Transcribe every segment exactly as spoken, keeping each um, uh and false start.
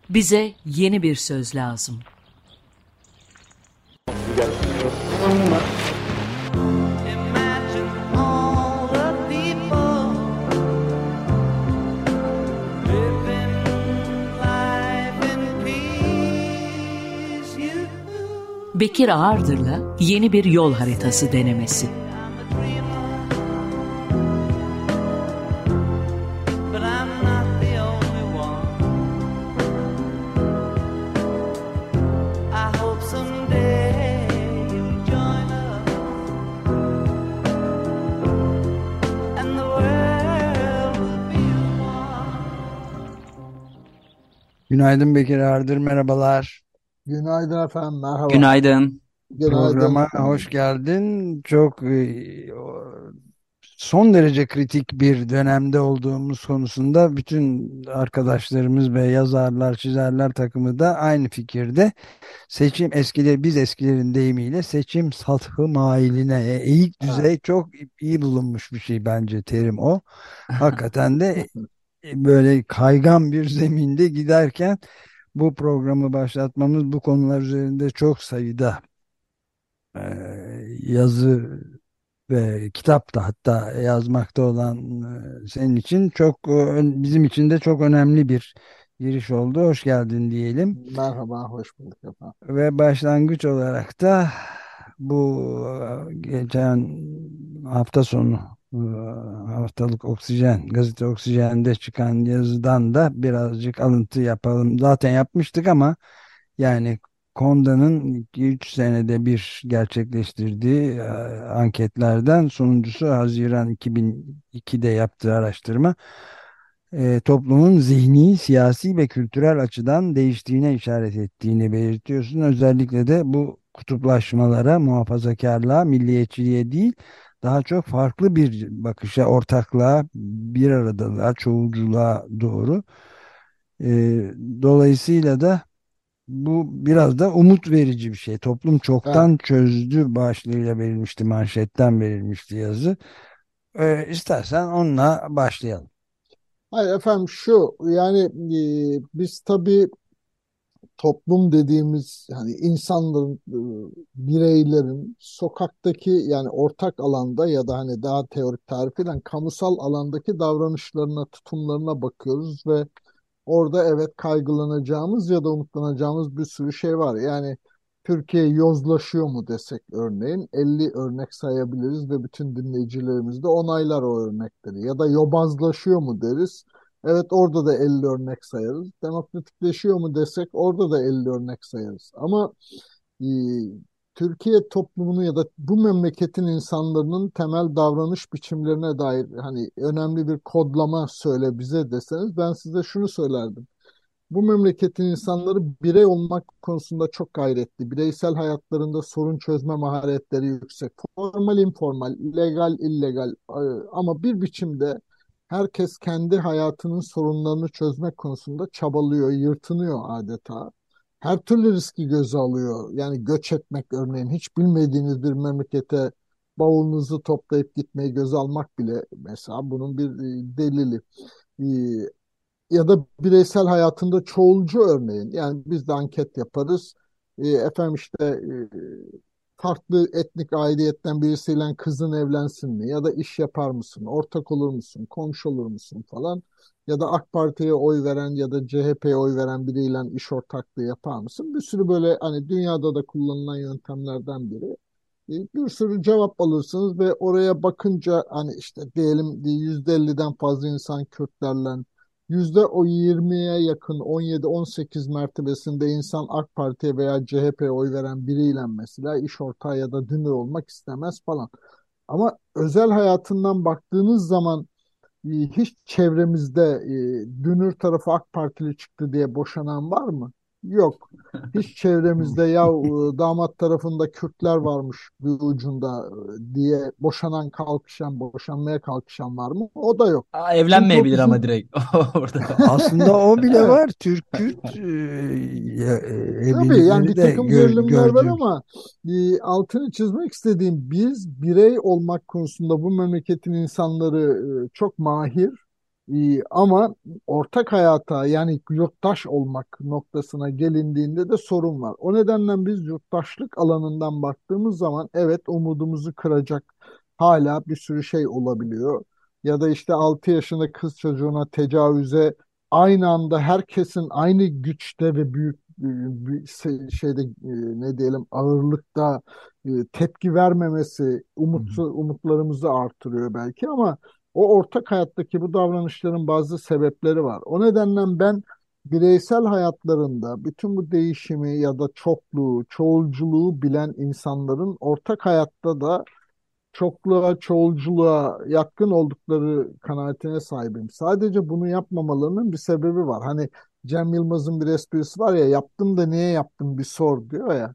Bize yeni bir söz lazım. Bekir Ağırdır'la yeni bir yol haritası denemesi. Günaydın Bekir Ardır, merhabalar. Günaydın efendim, merhaba. Günaydın. Günaydın. Programa hoş geldin. Çok e, o- son derece kritik bir dönemde olduğumuz konusunda bütün arkadaşlarımız ve yazarlar, çizerler takımı da aynı fikirde. Seçim eskileri, biz eskilerin deyimiyle seçim sathı mailine e, eğik Ha, düzey çok iyi bulunmuş bir şey bence terim o. Hakikaten de e, böyle kaygan bir zeminde giderken bu programı başlatmamız bu konular üzerinde çok sayıda e, yazı ve kitap da hatta yazmakta olan e, senin için çok e, ön- bizim için de çok önemli bir giriş oldu. Hoş geldin diyelim. merhaba, hoş bulduk efendim. Ve başlangıç olarak da bu e, geçen hafta sonu e, haftalık Oksijen, gazete Oksijen'de çıkan yazıdan da birazcık alıntı yapalım. Zaten yapmıştık ama yani Konda'nın iki üç senede bir gerçekleştirdiği e, anketlerden sonuncusu Haziran iki bin ikide yaptığı araştırma e, toplumun zihni, siyasi ve kültürel açıdan değiştiğine işaret ettiğini belirtiyorsun. Özellikle de bu kutuplaşmalara, muhafazakarlığa, milliyetçiliğe değil, daha çok farklı bir bakışa, ortaklığa, bir aradalığa, çoğulculuğa doğru. E, Dolayısıyla da bu biraz da umut verici bir şey. Toplum Evet. çoktan çözdü başlığıyla verilmişti, manşetten verilmişti yazı. E, istersen onunla başlayalım. Hayır efendim şu yani e, biz tabii toplum dediğimiz hani insanların, e, bireylerin sokaktaki yani ortak alanda ya da hani daha teorik tarifiyle kamusal alandaki davranışlarına, tutumlarına bakıyoruz ve orada evet kaygılanacağımız ya da umutlanacağımız bir sürü şey var. Yani Türkiye yozlaşıyor mu desek örneğin elli örnek sayabiliriz ve bütün dinleyicilerimiz de onaylar o örnekleri. Ya da yobazlaşıyor mu deriz. Evet orada da elli örnek sayarız. Demokratikleşiyor mu desek orada da elli örnek sayarız. Ama e, Türkiye toplumunu ya da bu memleketin insanların temel davranış biçimlerine dair hani önemli bir kodlama söyle bize deseniz ben size şunu söylerdim. Bu memleketin insanları birey olmak konusunda çok gayretli. Bireysel hayatlarında sorun çözme maharetleri yüksek. Formal, informal, legal, illegal e, ama bir biçimde herkes kendi hayatının sorunlarını çözmek konusunda çabalıyor, yırtınıyor adeta. Her türlü riski göze alıyor. Yani göç etmek örneğin hiç bilmediğiniz bir memlekete bavulunuzu toplayıp gitmeyi göze almak bile mesela bunun bir e, delili. E, Ya da bireysel hayatında çoğulcu örneğin. Yani biz de anket yaparız. E, efendim işte e, farklı etnik aidiyetten birisiyle kızın evlensin mi? Ya da iş yapar mısın? Ortak olur musun? Komşu olur musun falan. Ya da AK Parti'ye oy veren ya da C H P'ye oy veren biriyle iş ortaklığı yapar mısın? Bir sürü böyle hani dünyada da kullanılan yöntemlerden biri. E, Bir sürü cevap alırsınız ve oraya bakınca hani işte diyelim yüzde elliden fazla insan Kürtlerle yüzde o yirmiye yakın on yedi on sekiz mertebesinde insan AK Parti'ye veya C H P'ye oy veren biriyle mesela iş ortağı ya da dünür olmak istemez falan. Ama özel hayatından baktığınız zaman e, hiç çevremizde e, dünür tarafı AK Partili çıktı diye boşanan var mı? Yok. Hiç çevremizde ya e, damat tarafında Kürtler varmış bir ucunda e, diye boşanan kalkışan, boşanmaya kalkışan var mı? O da yok. Aa, Çünkü o evlenmeyebilir ama bizim direkt orada. Aslında o bile evet. var. Türk-Kürt e, ya- e, Tabii yani evlilikleri bir de takım gör, gerilimler var gördüğüm. ama e, altını çizmek istediğim biz birey olmak konusunda bu memleketin insanları e, çok mahir. Ee, ama ortak hayata yani yurttaş olmak noktasına gelindiğinde de sorun var. O nedenle biz yurttaşlık alanından baktığımız zaman evet umudumuzu kıracak hala bir sürü şey olabiliyor. Ya da işte altı yaşında kız çocuğuna tecavüze aynı anda herkesin aynı güçte ve büyük e, bir se- şeyde e, ne diyelim ağırlıkta e, tepki vermemesi Hı hı. umutsu, umutlarımızı artırıyor belki ama o ortak hayattaki bu davranışların bazı sebepleri var. O nedenle ben bireysel hayatlarında bütün bu değişimi ya da çokluğu, çoğulculuğu bilen insanların ortak hayatta da çokluğa, çoğulculuğa yatkın oldukları kanaatine sahibim. Sadece bunu yapmamalarının bir sebebi var. Hani Cem Yılmaz'ın bir esprisi var ya, yaptım da niye yaptım bir sor diyor ya.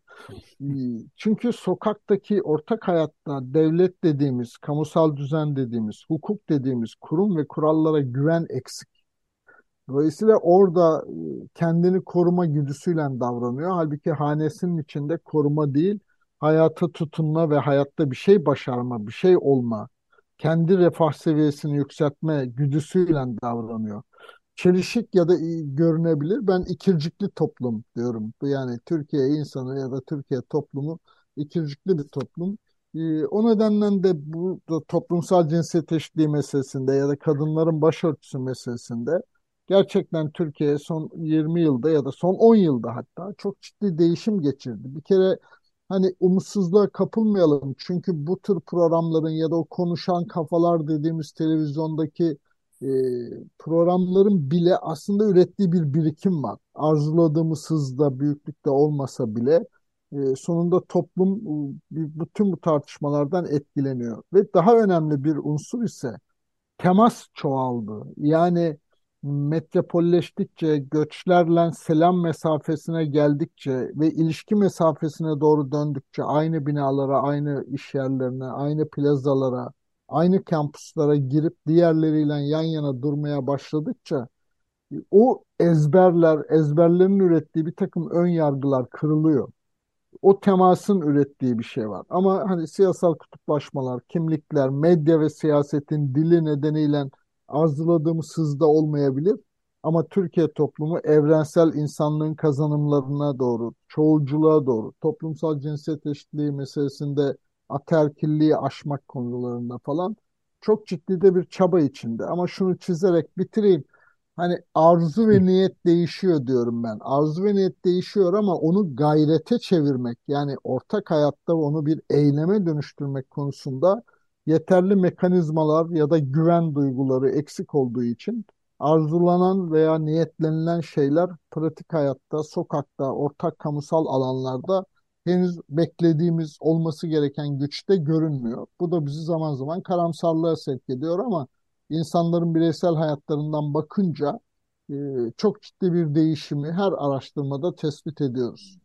Çünkü sokaktaki ortak hayatta devlet dediğimiz, kamusal düzen dediğimiz, hukuk dediğimiz kurum ve kurallara güven eksik. Dolayısıyla orada e, kendini koruma güdüsüyle davranıyor. Halbuki hanesinin içinde koruma değil, hayata tutunma ve hayatta bir şey başarma, bir şey olma, kendi refah seviyesini yükseltme güdüsüyle davranıyor. Çelişik ya da iyi görünebilir. Ben ikircikli toplum diyorum. Bu yani Türkiye insanı ya da Türkiye toplumu ikircikli bir toplum. Ee, o nedenle de bu da toplumsal cinsiyet eşitliği meselesinde ya da kadınların başörtüsü meselesinde gerçekten Türkiye son yirmi yılda ya da son on yılda hatta çok ciddi değişim geçirdi. Bir kere hani umutsuzluğa kapılmayalım. Çünkü bu tür programların ya da o konuşan kafalar dediğimiz televizyondaki e, programların bile aslında ürettiği bir birikim var. Arzuladığımız hızda, büyüklükte olmasa bile e, sonunda toplum e, bütün bu tartışmalardan etkileniyor. Ve daha önemli bir unsur ise temas çoğaldı. Yani metropolleştikçe, göçlerle selam mesafesine geldikçe ve ilişki mesafesine doğru döndükçe aynı binalara, aynı iş yerlerine, aynı plazalara, aynı kampüslere girip diğerleriyle yan yana durmaya başladıkça o ezberler, ezberlerin ürettiği bir takım ön yargılar kırılıyor. O temasın ürettiği bir şey var. Ama hani siyasal kutuplaşmalar, kimlikler, medya ve siyasetin dili nedeniyle arzuladığımız hızda olmayabilir. Ama Türkiye toplumu evrensel insanlığın kazanımlarına doğru, çoğulculuğa doğru, toplumsal cinsiyet eşitliği meselesinde ataerkilliği aşmak konularında falan çok ciddi de bir çaba içinde. Ama şunu çizerek bitireyim. Hani arzu ve niyet değişiyor diyorum ben. Arzu ve niyet değişiyor ama onu gayrete çevirmek yani ortak hayatta onu bir eyleme dönüştürmek konusunda yeterli mekanizmalar ya da güven duyguları eksik olduğu için arzulanan veya niyetlenilen şeyler pratik hayatta, sokakta, ortak kamusal alanlarda henüz beklediğimiz olması gereken güçte görünmüyor. Bu da bizi zaman zaman karamsarlığa sevk ediyor ama insanların bireysel hayatlarından bakınca e, çok ciddi bir değişimi her araştırmada tespit ediyoruz.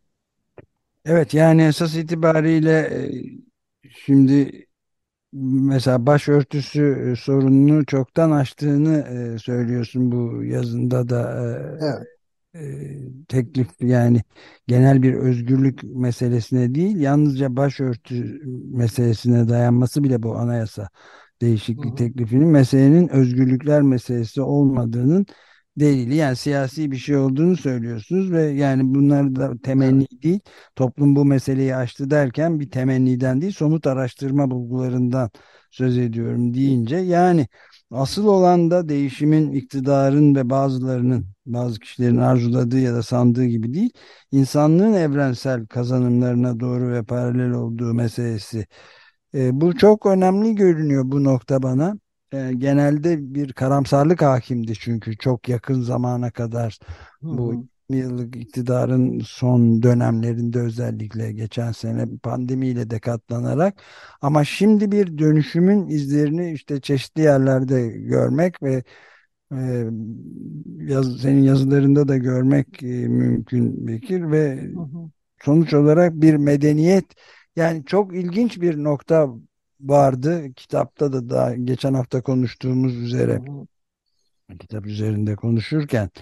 Evet, yani esas itibariyle e, şimdi mesela başörtüsü e, sorununu çoktan aştığını e, söylüyorsun bu yazında da. Evet. e, Teklif yani genel bir özgürlük meselesine değil, yalnızca başörtü meselesine dayanması bile bu anayasa Hı değişikliği hı. teklifinin meselenin özgürlükler meselesi olmadığının delili. Yani siyasi bir şey olduğunu söylüyorsunuz ve yani bunlar da Evet. temenni değil, toplum bu meseleyi aştı derken bir temenniden değil, somut araştırma bulgularından söz ediyorum deyince, yani asıl olan da değişimin iktidarın ve bazılarının, bazı kişilerin arzuladığı ya da sandığı gibi değil, insanlığın evrensel kazanımlarına doğru ve paralel olduğu meselesi. E, bu çok önemli görünüyor bu nokta bana. E, genelde bir karamsarlık hakimdi çünkü çok yakın zamana kadar, Hı bu hı. yirmi yıllık iktidarın son dönemlerinde, özellikle geçen sene pandemiyle de katlanarak, ama şimdi bir dönüşümün izlerini işte çeşitli yerlerde görmek ve e, yaz, senin yazılarında da görmek e, mümkün Bekir, ve Hı hı. sonuç olarak bir medeniyet, yani çok ilginç bir nokta vardı kitapta da, daha geçen hafta konuştuğumuz Hı üzere, hı. kitap üzerinde konuşurken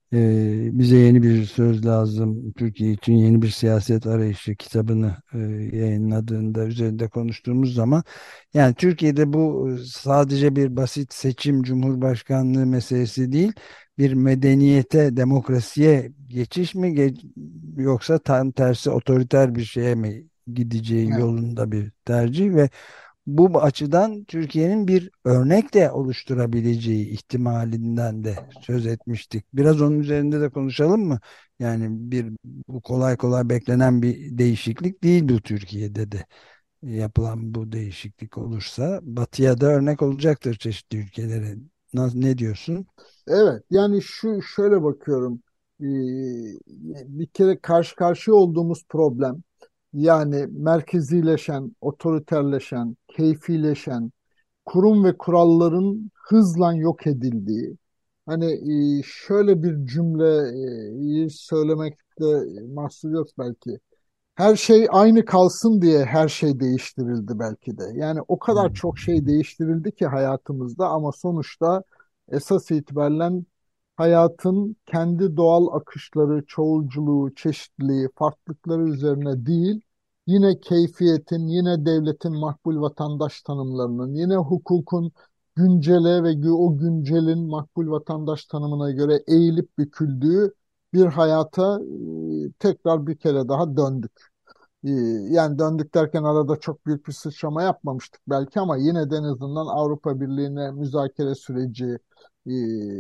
Ee, bize yeni bir söz lazım. Türkiye için yeni bir siyaset arayışı kitabını e, yayınladığında üzerinde konuştuğumuz zaman yani Türkiye'de bu e, sadece bir basit seçim cumhurbaşkanlığı meselesi değil, bir medeniyete, demokrasiye geçiş mi ge- yoksa tam tersi otoriter bir şeye mi gideceği Evet. yolunda bir tercih ve bu açıdan Türkiye'nin bir örnek de oluşturabileceği ihtimalinden de söz etmiştik. Biraz onun üzerinde de konuşalım mı? Yani bir bu kolay kolay beklenen bir değişiklik değil bu Türkiye'de de. Yapılan bu değişiklik olursa Batı'ya da örnek olacaktır çeşitli ülkelere. Na- Ne diyorsun? Evet, yani şu şöyle bakıyorum. Ee, bir kere karşı karşıya olduğumuz problem, yani merkezileşen, otoriterleşen, keyfileşen kurum ve kuralların hızla yok edildiği. Hani e, şöyle bir cümleyi söylemekte mahsur yok belki. Her şey aynı kalsın diye her şey değiştirildi belki de. Yani o kadar Hmm. çok şey değiştirildi ki hayatımızda, ama sonuçta esas itibaren hayatın kendi doğal akışları, çoğulculuğu, çeşitliliği, farklılıkları üzerine değil, yine keyfiyetin, yine devletin makbul vatandaş tanımlarının, yine hukukun güncele ve gü- o güncelin makbul vatandaş tanımına göre eğilip büküldüğü bir hayata e, tekrar bir kere daha döndük. Ee, Yani döndük derken arada çok büyük bir sıçrama yapmamıştık belki, ama yine de en azından Avrupa Birliği'ne müzakere süreci e,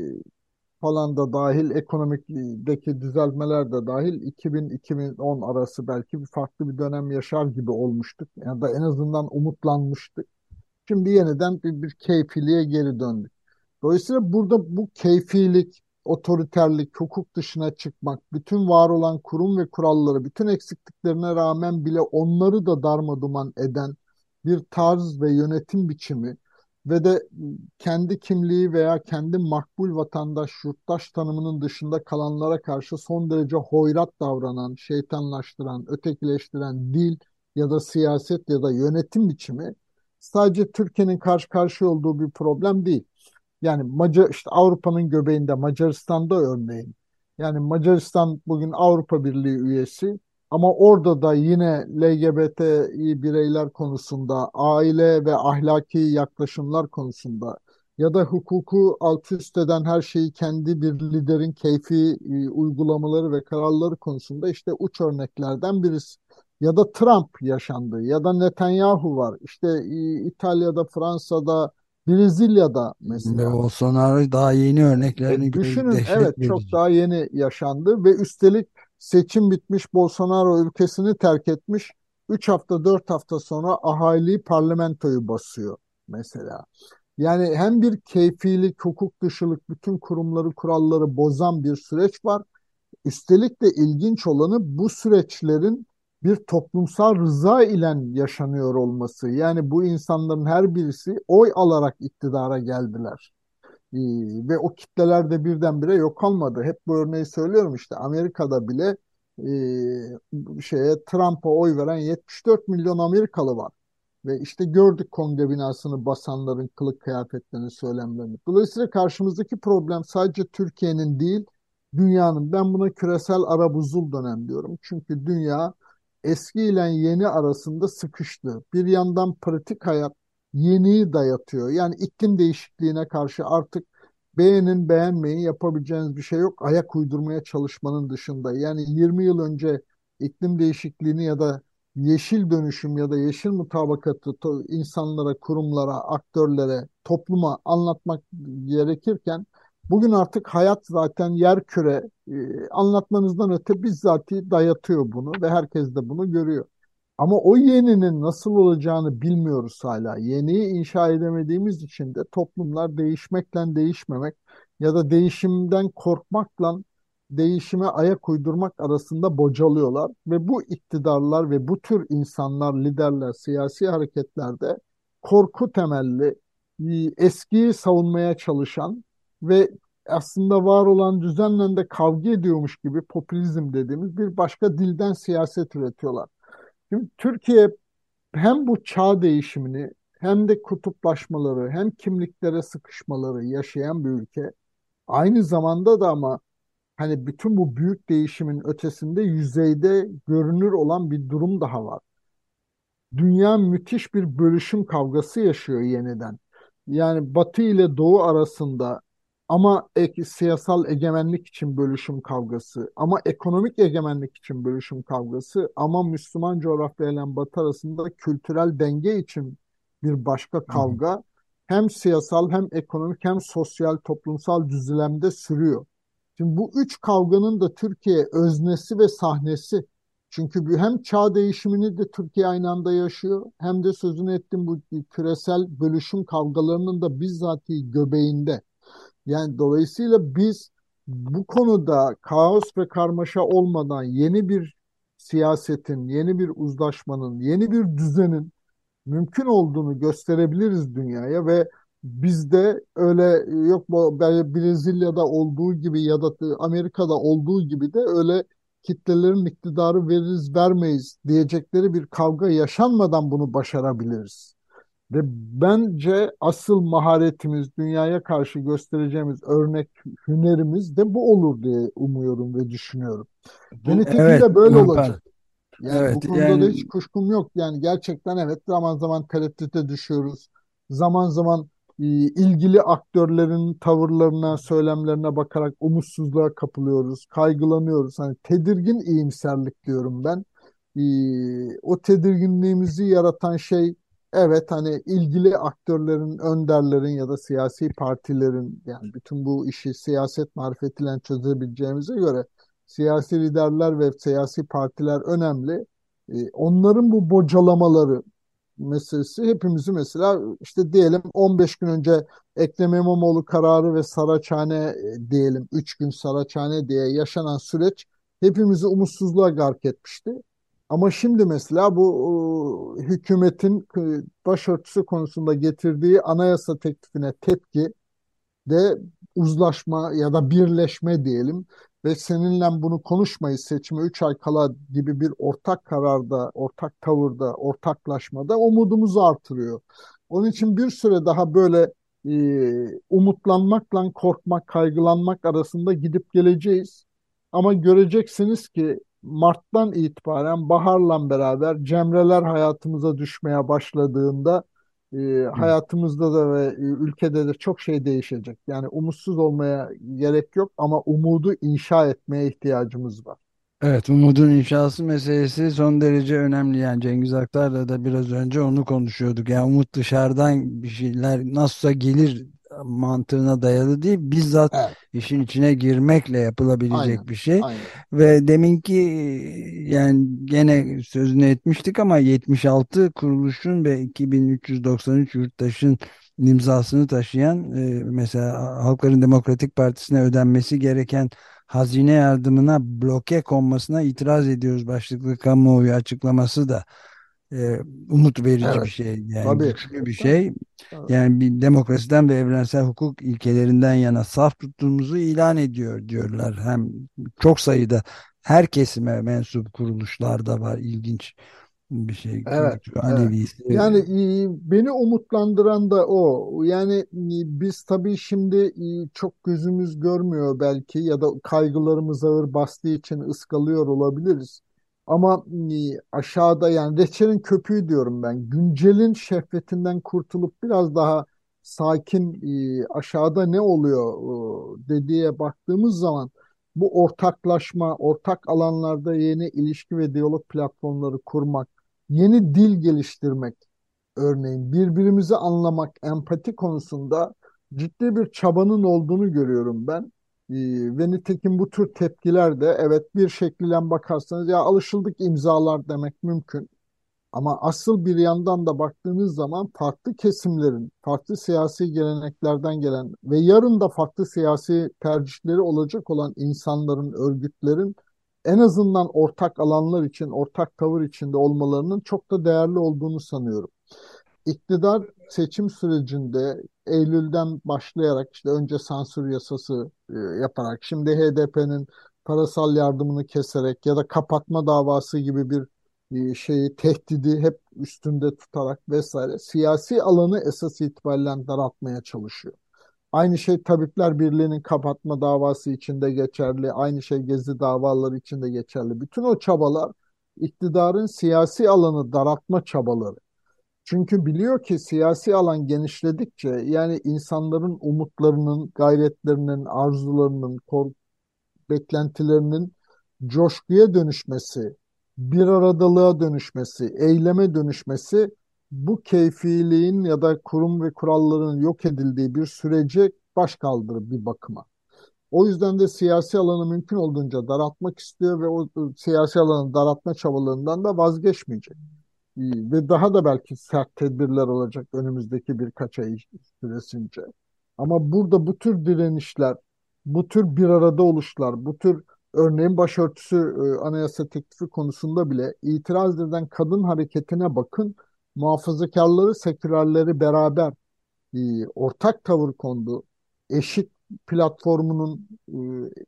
falan da dahil, ekonomideki düzeltmeler de dahil iki bin-iki bin on arası belki bir farklı bir dönem yaşar gibi olmuştuk. Ya da en azından umutlanmıştık. Şimdi yeniden bir, bir keyfiliğe geri döndük. Dolayısıyla burada bu keyfilik, otoriterlik, hukuk dışına çıkmak, bütün var olan kurum ve kuralları, bütün eksikliklerine rağmen bile onları da darmaduman eden bir tarz ve yönetim biçimi ve de kendi kimliği veya kendi makbul vatandaş, yurttaş tanımının dışında kalanlara karşı son derece hoyrat davranan, şeytanlaştıran, ötekileştiren dil ya da siyaset ya da yönetim biçimi sadece Türkiye'nin karşı karşıya olduğu bir problem değil. Yani Macar, işte Avrupa'nın göbeğinde Macaristan'da örneğin. Yani Macaristan bugün Avrupa Birliği üyesi, ama orada da yine L G B T İ bireyler konusunda, aile ve ahlaki yaklaşımlar konusunda ya da hukuku alt üst eden her şeyi kendi bir liderin keyfi e, uygulamaları ve kararları konusunda işte uç örneklerden birisi. Ya da Trump yaşandı, ya da Netanyahu var. İşte e, İtalya'da, Fransa'da, Brezilya'da Ve mesela. Bolsonaro daha yeni örneklerini E, gör, düşünün, dehşet evet, çok verici. daha yeni yaşandı ve üstelik seçim bitmiş, Bolsonaro ülkesini terk etmiş. Üç hafta dört hafta sonra ahali parlamentoyu basıyor mesela. Yani hem bir keyfilik, hukuk dışılık, bütün kurumları, kuralları bozan bir süreç var. Üstelik de ilginç olanı, bu süreçlerin bir toplumsal rıza ile yaşanıyor olması. Yani bu insanların her birisi oy alarak iktidara geldiler. Ee, Ve o kitleler de birdenbire yok olmadı. Hep bu örneği söylüyorum, işte Amerika'da bile e, şeye Trump'a oy veren yetmiş dört milyon Amerikalı var. Ve işte gördük kongre binasını basanların kılık kıyafetlerini, söylemlerini. Dolayısıyla karşımızdaki problem sadece Türkiye'nin değil, dünyanın. Ben buna küresel arabuzul dönem diyorum. Çünkü dünya eski ile yeni arasında sıkıştı. Bir yandan pratik hayat yeniyi dayatıyor. Yani iklim değişikliğine karşı artık beğenin beğenmeyin, yapabileceğiniz bir şey yok. Ayak uydurmaya çalışmanın dışında. Yani yirmi yıl önce iklim değişikliğini ya da yeşil dönüşüm ya da yeşil mutabakatı to- insanlara, kurumlara, aktörlere, topluma anlatmak gerekirken, bugün artık hayat zaten yerküre e, anlatmanızdan öte bizzati dayatıyor bunu ve herkes de bunu görüyor. Ama o yeninin nasıl olacağını bilmiyoruz hala. Yeniyi inşa edemediğimiz için de toplumlar değişmekle değişmemek ya da değişimden korkmakla değişime ayak uydurmak arasında bocalıyorlar. Ve bu iktidarlar ve bu tür insanlar, liderler, siyasi hareketlerde korku temelli, e, eskiyi savunmaya çalışan ve aslında var olan düzenle de kavga ediyormuş gibi popülizm dediğimiz bir başka dilden siyaset üretiyorlar. Şimdi Türkiye hem bu çağ değişimini hem de kutuplaşmaları hem kimliklere sıkışmaları yaşayan bir ülke. Aynı zamanda da ama hani bütün bu büyük değişimin ötesinde yüzeyde görünür olan bir durum daha var. Dünya müthiş bir bölüşüm kavgası yaşıyor yeniden. Yani Batı ile Doğu arasında ama ek, siyasal egemenlik için bölüşüm kavgası, ama ekonomik egemenlik için bölüşüm kavgası, ama Müslüman coğrafya ile Batı arasında kültürel denge için bir başka Hı hı. kavga hem siyasal hem ekonomik hem sosyal toplumsal düzlemde sürüyor. Şimdi bu üç kavganın da Türkiye öznesi ve sahnesi. Çünkü bu hem çağ değişimini de Türkiye aynı anda yaşıyor, hem de sözünü ettiğim bu küresel bölüşüm kavgalarının da bizzatihi göbeğinde. Yani dolayısıyla biz bu konuda kaos ve karmaşa olmadan yeni bir siyasetin, yeni bir uzlaşmanın, yeni bir düzenin mümkün olduğunu gösterebiliriz dünyaya ve bizde öyle yok bu Brezilya'da olduğu gibi ya da Amerika'da olduğu gibi de öyle kitlelerin iktidarı veririz vermeyiz diyecekleri bir kavga yaşanmadan bunu başarabiliriz. Ve bence asıl maharetimiz, dünyaya karşı göstereceğimiz örnek hünerimiz de bu olur diye umuyorum ve düşünüyorum. Ve Bu nitekim evet, de böyle pardon. olacak. Yani bu Evet konuda da yani hiç kuşkum yok. Yani gerçekten evet, zaman zaman tereddüte düşüyoruz. Zaman zaman e, ilgili aktörlerin tavırlarına, söylemlerine bakarak umutsuzluğa kapılıyoruz, kaygılanıyoruz. Hani tedirgin iyimserlik diyorum ben. E, o tedirginliğimizi yaratan şey, evet, hani ilgili aktörlerin, önderlerin ya da siyasi partilerin, yani bütün bu işi siyaset marifetiyle çözebileceğimize göre siyasi liderler ve siyasi partiler önemli. E, onların bu bocalamaları meselesi hepimizi, mesela işte diyelim on beş gün önce Ekrem İmamoğlu kararı ve Saraçhane, e, diyelim üç gün Saraçhane diye yaşanan süreç hepimizi umutsuzluğa gark etmişti. Ama şimdi mesela bu e, hükümetin e, başörtüsü konusunda getirdiği anayasa teklifine tepki de uzlaşma ya da birleşme diyelim ve seninle bunu konuşmayız, seçime üç ay kala gibi bir ortak kararda, ortak tavırda, ortaklaşmada umudumuzu artırıyor. Onun için bir süre daha böyle e, umutlanmakla korkmak, kaygılanmak arasında gidip geleceğiz. Ama göreceksiniz ki Mart'tan itibaren baharla beraber cemreler hayatımıza düşmeye başladığında e, hayatımızda da ve e, ülkede de çok şey değişecek. Yani umutsuz olmaya gerek yok ama umudu inşa etmeye ihtiyacımız var. evet, umudun inşası meselesi son derece önemli. Yani Cengiz Aktar'la da biraz önce onu konuşuyorduk. Yani umut dışarıdan bir şeyler nasılsa gelir mantığına dayalı değil, bizzat Evet, işin içine girmekle yapılabilecek aynen, bir şey. aynen. Ve deminki yani gene sözünü etmiştik ama yetmiş altı kuruluşun ve iki bin üç yüz doksan üç yurttaşın imzasını taşıyan, e, mesela Halkların Demokratik Partisi'ne ödenmesi gereken hazine yardımına bloke konmasına itiraz ediyoruz başlıklı kamuoyu açıklaması da e, umut verici bir Evet, şey, yani tabii. güçlü bir Tabii. şey. Yani bir demokrasiden ve evrensel hukuk ilkelerinden yana saf tuttuğumuzu ilan ediyor diyorlar. Hem çok sayıda her kesime mensup kuruluşlar da var, ilginç bir şey. Evet, Kürtü, evet. Alevisi. Yani e, beni umutlandıran da o. Yani e, biz tabii şimdi e, çok gözümüz görmüyor belki ya da kaygılarımız ağır bastığı için ıskalıyor olabiliriz. Ama e, aşağıda, yani reçelin köpüğü diyorum ben. Güncelin şehvetinden kurtulup biraz daha sakin, e, aşağıda ne oluyor e, dediğe baktığımız zaman bu ortaklaşma, ortak alanlarda yeni ilişki ve diyalog platformları kurmak, yeni dil geliştirmek, örneğin birbirimizi anlamak, empati konusunda ciddi bir çabanın olduğunu görüyorum ben. Ee, ve nitekim bu tür tepkiler de, evet, bir şekliyle bakarsanız ya alışıldık imzalar demek mümkün. Ama asıl bir yandan da baktığınız zaman farklı kesimlerin, farklı siyasi geleneklerden gelen ve yarın da farklı siyasi tercihleri olacak olan insanların, örgütlerin en azından ortak alanlar için, ortak tavır içinde olmalarının çok da değerli olduğunu sanıyorum. İktidar seçim sürecinde Eylül'den başlayarak, işte önce sansür yasası e, yaparak, şimdi H D P'nin parasal yardımını keserek ya da kapatma davası gibi bir e, şeyi, tehdidi hep üstünde tutarak vesaire siyasi alanı esas itibariyle daraltmaya çalışıyor. Aynı şey Tabipler Birliği'nin kapatma davası için de geçerli. Aynı şey Gezi davaları için de geçerli. Bütün o çabalar iktidarın siyasi alanı daraltma çabaları. Çünkü biliyor ki siyasi alan genişledikçe yani insanların umutlarının, gayretlerinin, arzularının, kork beklentilerinin coşkuya dönüşmesi, bir aradalığa dönüşmesi, eyleme dönüşmesi bu keyfiliğin ya da kurum ve kuralların yok edildiği bir sürece baş kaldırır bir bakıma. O yüzden de siyasi alanı mümkün olduğunca daraltmak istiyor ve o siyasi alanı daraltma çabalarından da vazgeçmeyecek. Ve daha da belki sert tedbirler olacak önümüzdeki birkaç ay süresince. Ama burada bu tür direnişler, bu tür bir arada oluşlar, bu tür örneğin başörtüsü e, anayasa teklifi konusunda bile itiraz eden kadın hareketine bakın, muhafazakarları, sekülerleri beraber e, ortak tavır kondu. Eşit platformunun e,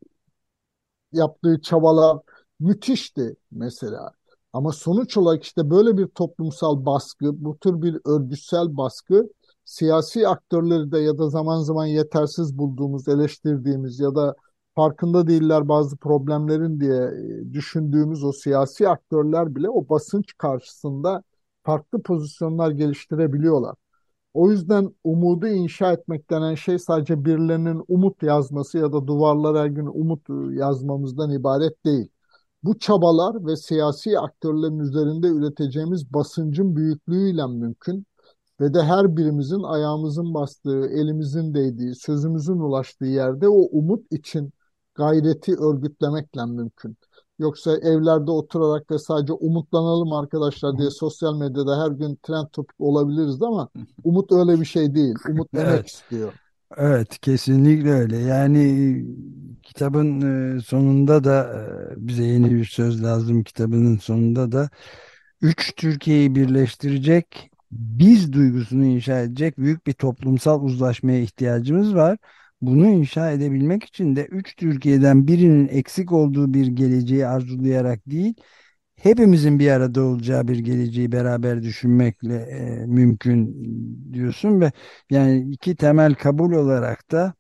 yaptığı çabalar müthişti mesela. Ama sonuç olarak işte böyle bir toplumsal baskı, bu tür bir örgütsel baskı siyasi aktörleri de ya da zaman zaman yetersiz bulduğumuz, eleştirdiğimiz ya da farkında değiller bazı problemlerin diye e, düşündüğümüz o siyasi aktörler bile o basınç karşısında farklı pozisyonlar geliştirebiliyorlar. O yüzden umudu inşa etmek denen şey sadece birilerinin umut yazması ya da duvarlara her gün umut e, yazmamızdan ibaret değil. Bu çabalar ve siyasi aktörlerin üzerinde üreteceğimiz basıncın büyüklüğüyle mümkün ve de her birimizin ayağımızın bastığı, elimizin değdiği, sözümüzün ulaştığı yerde o umut için gayreti örgütlemekle mümkün. Yoksa evlerde oturarak ve sadece umutlanalım arkadaşlar diye sosyal medyada her gün trend topik olabiliriz ama umut öyle bir şey değil. Umut emek Evet. istiyor. Evet, kesinlikle öyle. Yani kitabın e, sonunda da e, bize yeni bir söz lazım. Kitabının sonunda da üç Türkiye'yi birleştirecek, biz duygusunu inşa edecek büyük bir toplumsal uzlaşmaya ihtiyacımız var. Bunu inşa edebilmek için de üç Türkiye'den birinin eksik olduğu bir geleceği arzulayarak değil, hepimizin bir arada olacağı bir geleceği beraber düşünmekle e, mümkün diyorsun ve yani iki temel kabul olarak da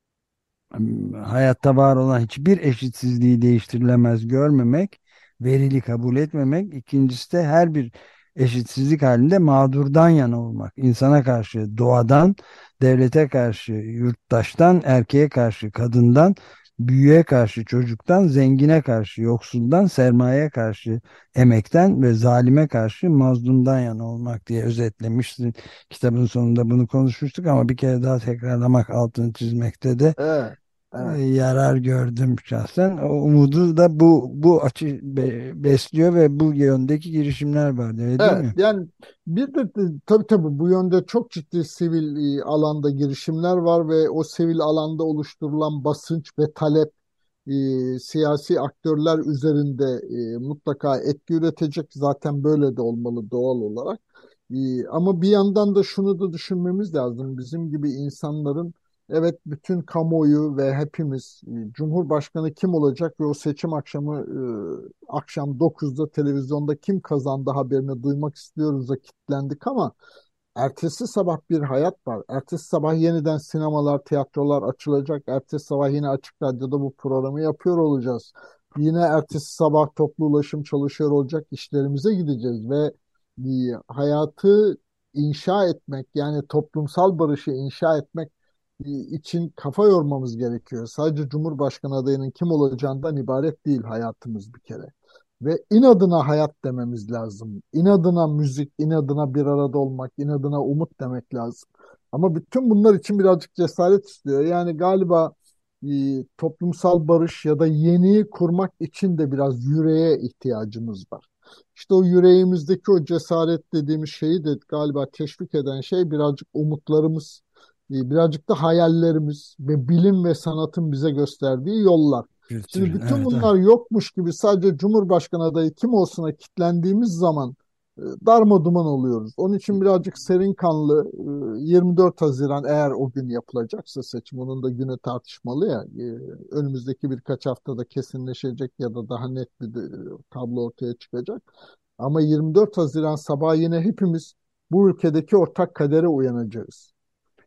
hayatta var olan hiçbir eşitsizliği değiştirilemez görmemek, verili kabul etmemek. İkincisi de her bir eşitsizlik halinde mağdurdan yana olmak. İnsana karşı, doğadan, devlete karşı, yurttaştan, erkeğe karşı, kadından, büyüğe karşı, çocuktan, zengine karşı, yoksuldan, sermayeye karşı, emekten ve zalime karşı mazlumdan yana olmak diye özetlemişsin. Kitabın sonunda bunu konuşmuştuk ama bir kere daha tekrarlamak, altını çizmekte de Evet, e, evet. yarar gördüm şahsen. O umudu da bu bu açı be- besliyor ve bu yöndeki girişimler var, öyle değil Evet, mi? yani bir de, de tabii tabii bu yönde çok ciddi sivil e, alanda girişimler var ve o sivil alanda oluşturulan basınç ve talep e, siyasi aktörler üzerinde e, mutlaka etki üretecek. Zaten böyle de olmalı doğal olarak. E, ama bir yandan da şunu da düşünmemiz lazım. Bizim gibi insanların evet bütün kamuoyu ve hepimiz e, Cumhurbaşkanı kim olacak ve o seçim akşamı e, akşam dokuzda televizyonda kim kazandı haberini duymak istiyoruz da kilitlendik ama ertesi sabah bir hayat var. Ertesi sabah yeniden sinemalar, tiyatrolar açılacak. Ertesi sabah yine Açık Radyo'da bu programı yapıyor olacağız. Yine ertesi sabah toplu ulaşım çalışıyor olacak. İşlerimize gideceğiz ve e, hayatı inşa etmek yani toplumsal barışı inşa etmek e, için kafa yormamız gerekiyor. Sadece Cumhurbaşkanı adayının kim olacağından ibaret değil hayatımız bir kere. Ve inadına hayat dememiz lazım. İnadına müzik, inadına bir arada olmak, inadına umut demek lazım. Ama bütün bunlar için birazcık cesaret istiyor. Yani galiba e, toplumsal barış ya da yeniyi kurmak için de biraz yüreğe ihtiyacımız var. İşte o yüreğimizdeki o cesaret dediğimiz şeyi de galiba teşvik eden şey birazcık umutlarımız, e, birazcık da hayallerimiz ve bilim ve sanatın bize gösterdiği yollar. Şimdi Kültürün, bütün evet, evet. bunlar yokmuş gibi sadece Cumhurbaşkanı adayı kim olsuna kitlendiğimiz zaman e, darmaduman oluyoruz. Onun için birazcık serin kanlı e, yirmi dört Haziran eğer o gün yapılacaksa seçim onun da günü tartışmalı ya e, önümüzdeki birkaç haftada kesinleşecek ya da daha net bir e, tablo ortaya çıkacak. Ama yirmi dört Haziran sabahı yine hepimiz bu ülkedeki ortak kadere uyanacağız.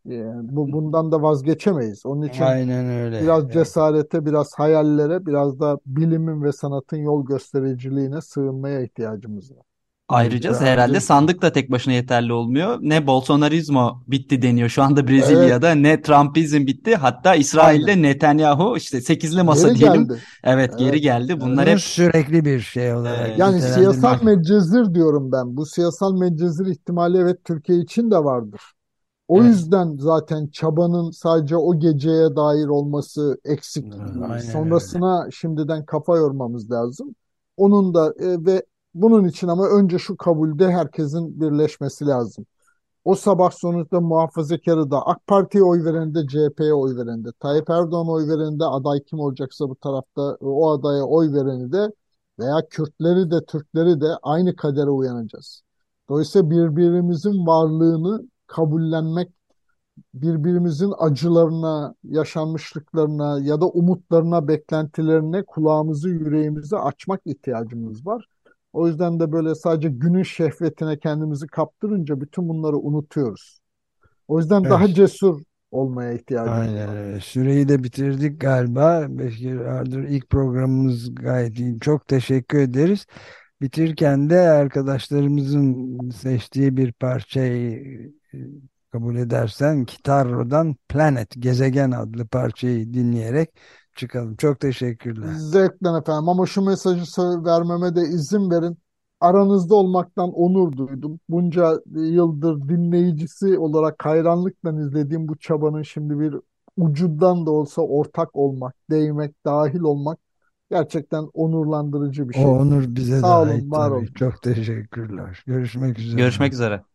Yani bu bundan da vazgeçemeyiz. Onun için Aynen öyle. biraz Evet. cesarete, biraz hayallere, biraz da bilimin ve sanatın yol göstericiliğine sığınmaya ihtiyacımız var. Evet, Ayrıca daha herhalde önce sandık da tek başına yeterli olmuyor. Ne Bolsonarizmo bitti deniyor şu anda Evet, Brezilya'da, ne Trumpizm bitti. Hatta aynen. İsrail'de Netanyahu işte sekizli masa Geri diyelim. geldi. Evet, geri Evet. geldi. Bunlar bunu hep sürekli bir şey olarak e, Yani nitelendirmek. siyasal medcezir diyorum ben. Bu siyasal medcezir ihtimali evet Türkiye için de vardır. O evet, yüzden zaten çabanın sadece o geceye dair olması eksik. Aynen öyle. Sonrasına şimdiden kafa yormamız lazım. Onun da e, ve bunun için ama önce şu kabulde herkesin birleşmesi lazım. O sabah sonuçta muhafazakarı da AK Parti'ye oy veren de C H P'ye oy veren de Tayyip Erdoğan oy veren de aday kim olacaksa bu tarafta o adaya oy vereni de veya Kürtleri de Türkleri de aynı kadere uyanacağız. Dolayısıyla birbirimizin varlığını kabullenmek, birbirimizin acılarına, yaşanmışlıklarına ya da umutlarına, beklentilerine kulağımızı, yüreğimizi açmak ihtiyacımız var. O yüzden de böyle sadece günün şehvetine kendimizi kaptırınca bütün bunları unutuyoruz. O yüzden daha Evet. cesur olmaya ihtiyacımız Aynen var. öyle. Süreyi de bitirdik galiba. Bekir Ardur, ilk programımız gayet iyi. Çok teşekkür ederiz. Bitirirken de arkadaşlarımızın seçtiği bir parçayı e, kabul edersen Kitarro'dan Planet, Gezegen adlı parçayı dinleyerek çıkalım. Çok teşekkürler. Zevkten efendim ama şu mesajı sö- vermeme de izin verin. Aranızda olmaktan onur duydum. Bunca yıldır dinleyicisi olarak hayranlıkla izlediğim bu çabanın şimdi bir ucundan da olsa ortak olmak, değmek, dahil olmak gerçekten onurlandırıcı bir O şey. onur bize de Sağ ait olun, var tabii. olun. Çok teşekkürler. Görüşmek üzere. görüşmek üzere.